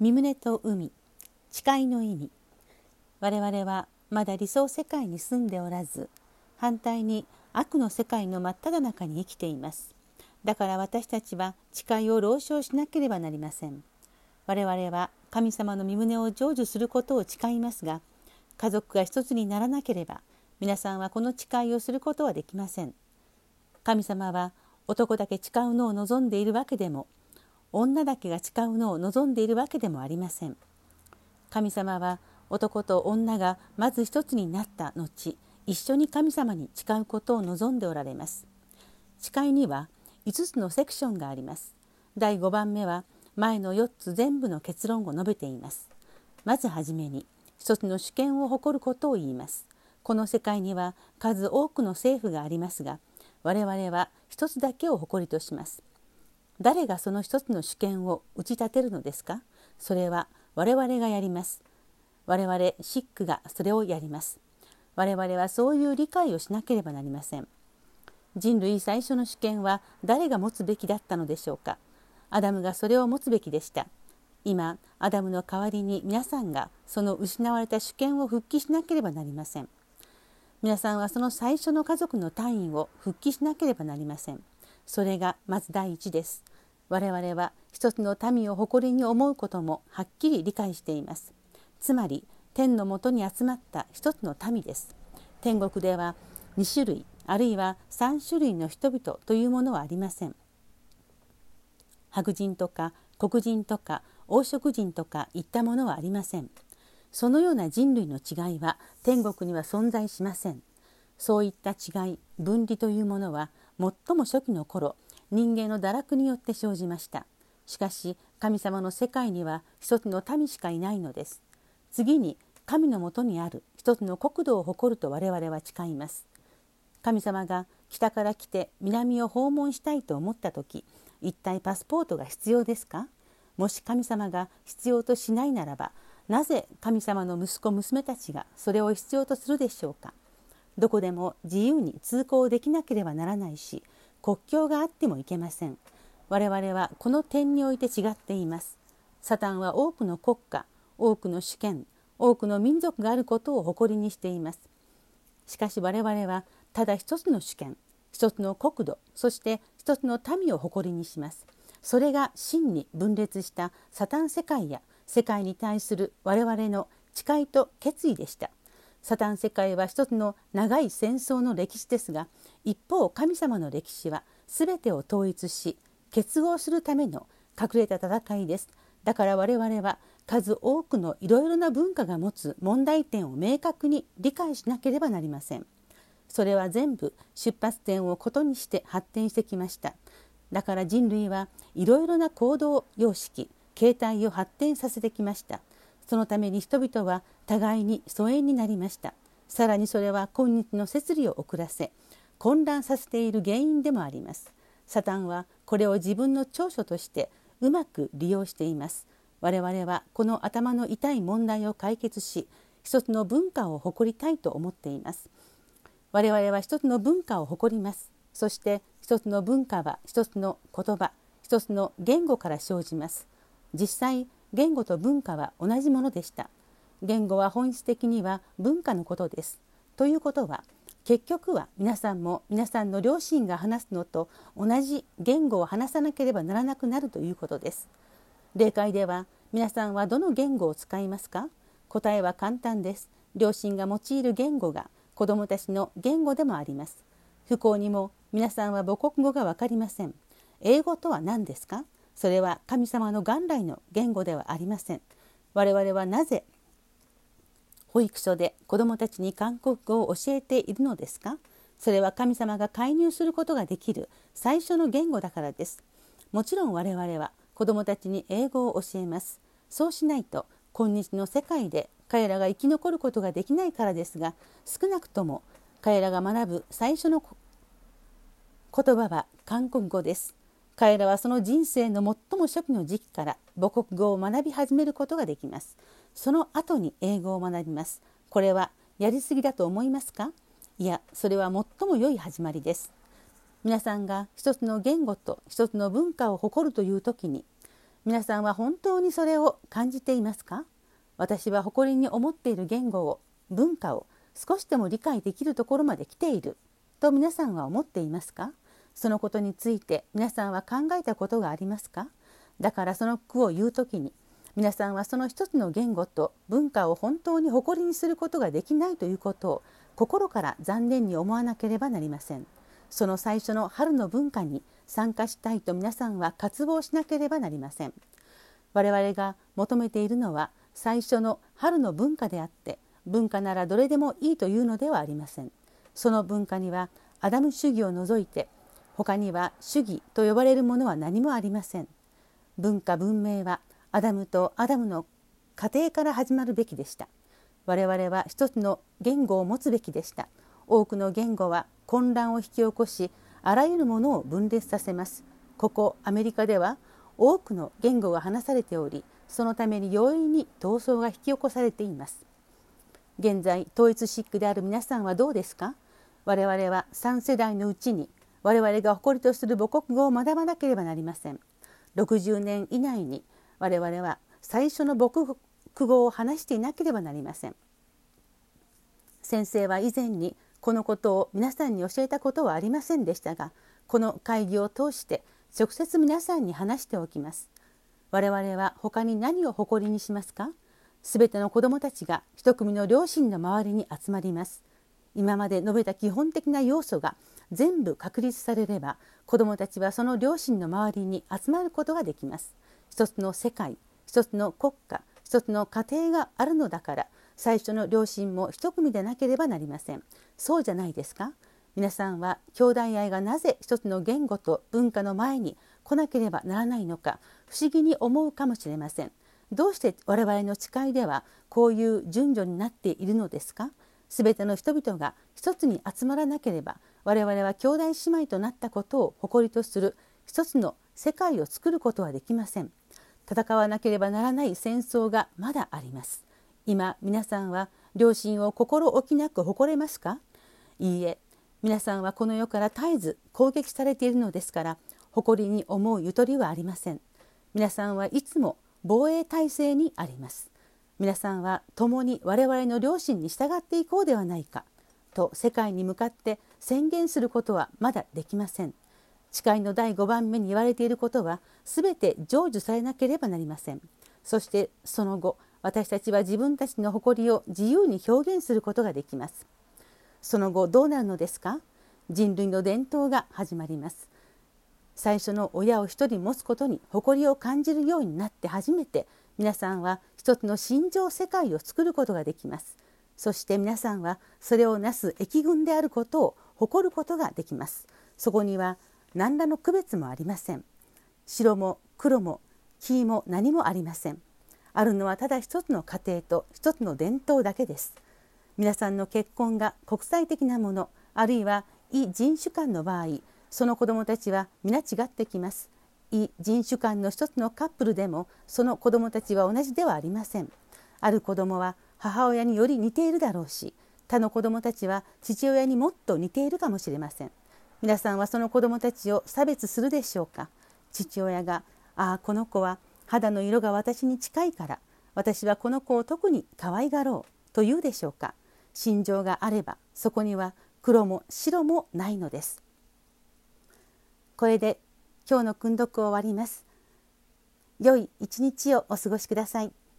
身旨と海、誓いの意味。我々はまだ理想世界に住んでおらず、反対に悪の世界の真っ只中に生きています。だから私たちは誓いを漏唱しなければなりません。我々は神様の身旨を成就することを誓いますが、家族が一つにならなければ、皆さんはこの誓いをすることはできません。神様は男だけ誓うのを望んでいるわけでも、女だけが誓うのを望んでいるわけでもありません。神様は男と女がまず一つになった後、一緒に神様に誓うことを望んでおられます。誓いには5つのセクションがあります。第5番目は前の4つ全部の結論を述べています。まずはじめに、一つの主権を誇ることを言います。この世界には数多くの政府がありますが、我々は一つだけを誇りとします。誰がその一つの主権を打ち立てるのですか？それは我々がやります。我々シックがそれをやります。我々はそういう理解をしなければなりません。人類最初の主権は誰が持つべきだったのでしょうか？アダムがそれを持つべきでした。今、アダムの代わりに皆さんがその失われた主権を復帰しなければなりません。皆さんはその最初の家族の単位を復帰しなければなりません。それがまず第一です。我々は一つの民を誇りに思うこともはっきり理解しています。つまり天のもとに集まった一つの民です。天国では2種類あるいは3種類の人々というものはありません。白人とか黒人とか黄色人とかいったものはありません。そのような人類の違いは天国には存在しません。そういった違い、分離というものは最も初期の頃、人間の堕落によって生じました。しかし神様の世界には一つの民しかいないのです。次に神のもとにある一つの国土を誇ると我々は誓います。神様が北から来て南を訪問したいと思ったとき、一体パスポートが必要ですか？もし神様が必要としないならば、なぜ神様の息子娘たちがそれを必要とするでしょうか？どこでも自由に通行できなければならないし、国境があってもいけません。我々はこの点において違っています。サタンは多くの国家、多くの主権、多くの民族があることを誇りにしています。しかし我々はただ一つの主権、一つの国土、そして一つの民を誇りにします。それが真に分裂したサタン世界や世界に対する我々の誓いと決意でした。サタン世界は一つの長い戦争の歴史ですが、一方神様の歴史は全てを統一し結合するための隠れた戦いです。だから我々は数多くのいろいろな文化が持つ問題点を明確に理解しなければなりません。それは全部出発点をことにして発展してきました。だから人類はいろいろな行動様式、形態を発展させてきました。そのために人々は互いに疎遠になりました。さらにそれは今日の摂理を遅らせ、混乱させている原因でもあります。サタンはこれを自分の長所としてうまく利用しています。我々はこの頭の痛い問題を解決し、一つの文化を誇りたいと思っています。我々は一つの文化を誇ります。そして一つの文化は一つの言葉、一つの言語から生じます。実際、言語と文化は同じものでした。言語は本質的には文化のことです。ということは、結局は皆さんも皆さんの両親が話すのと同じ言語を話さなければならなくなるということです。霊界では皆さんはどの言語を使いますか？答えは簡単です。両親が用いる言語が子どもたちの言語でもあります。不幸にも皆さんは母国語が分かりません。英語とは何ですか？それは神様の元来の言語ではありません。我々はなぜ保育所で子どもたちに韓国語を教えているのですか？それは神様が介入することができる最初の言語だからです。もちろん我々は子どもたちに英語を教えます。そうしないと今日の世界で彼らが生き残ることができないからですが、少なくとも彼らが学ぶ最初の言葉は韓国語です。彼らはその人生の最も初期の時期から母国語を学び始めることができます。その後に英語を学びます。これはやりすぎだと思いますか？いや、それは最も良い始まりです。皆さんが一つの言語と一つの文化を誇るという時に、 皆さんは本当にそれを感じていますか？私は誇りに思っている言語を、文化を少しでも理解できるところまで来ていると皆さんは思っていますか？そのことについて皆さんは考えたことがありますか？だからその句を言うときに、皆さんはその一つの言語と文化を本当に誇りにすることができないということを心から残念に思わなければなりません。その最初の春の文化に参加したいと皆さんは渇望しなければなりません。我々が求めているのは最初の春の文化であって、文化ならどれでもいいというのではありません。その文化にはアダム主義を除いて他には主義と呼ばれるものは何もありません。文化文明はアダムとアダムの家庭から始まるべきでした。我々は一つの言語を持つべきでした。多くの言語は混乱を引き起こし、あらゆるものを分裂させます。ここアメリカでは多くの言語が話されており、そのために容易に闘争が引き起こされています。現在統一シックである皆さんはどうですか？我々は3世代のうちに我々が誇りとする母国語を学ばなければなりません。60年以内に我々は最初の母国語を話していなければなりません。先生は以前にこのことを皆さんに教えたことはありませんでしたが、この会議を通して直接皆さんに話しておきます。我々は他に何を誇りにしますか？すべての子どもたちが一組の両親の周りに集まります。今まで述べた基本的な要素が全部確立されれば、子どもたちはその両親の周りに集まることができます。一つの世界、一つの国家、一つの家庭があるのだから、最初の両親も一組でなければなりません。そうじゃないですか？皆さんは兄弟愛がなぜ一つの言語と文化の前に来なければならないのか不思議に思うかもしれません。どうして我々の誓いではこういう順序になっているのですか？すべての人々が一つに集まらなければ、我々は兄弟姉妹となったことを誇りとする一つの世界を作ることはできません。戦わなければならない戦争がまだあります。今皆さんは両親を心置きなく誇れますか？いいえ、皆さんはこの世から絶えず攻撃されているのですから、誇りに思うゆとりはありません。皆さんはいつも防衛体制にあります。皆さんは共に我々の良心に従っていこうではないかと世界に向かって宣言することはまだできません。誓いの第5番目に言われていることはすべて成就されなければなりません。そしてその後、私たちは自分たちの誇りを自由に表現することができます。その後どうなるのですか？人類の伝統が始まります。最初の親を一人持つことに誇りを感じるようになって初めて、皆さんは一つの心情世界を作ることができます。そして皆さんはそれをなす駅軍であることを誇ることができます。そこには何らの区別もありません。白も黒も黄も何もありません。あるのはただ一つの家庭と一つの伝統だけです。皆さんの結婚が国際的なもの、あるいは異人種間の場合、その子どもたちは皆違ってきます。異人種間の一つのカップルでもその子どもたちは同じではありません。ある子どもは母親により似ているだろうし、他の子どもたちは父親にもっと似ているかもしれません。皆さんはその子どもたちを差別するでしょうか？父親が、ああこの子は肌の色が私に近いから私はこの子を特に可愛がろうと言うでしょうか？心情があればそこには黒も白もないのです。これで今日の訓読を終わります。良い一日をお過ごしください。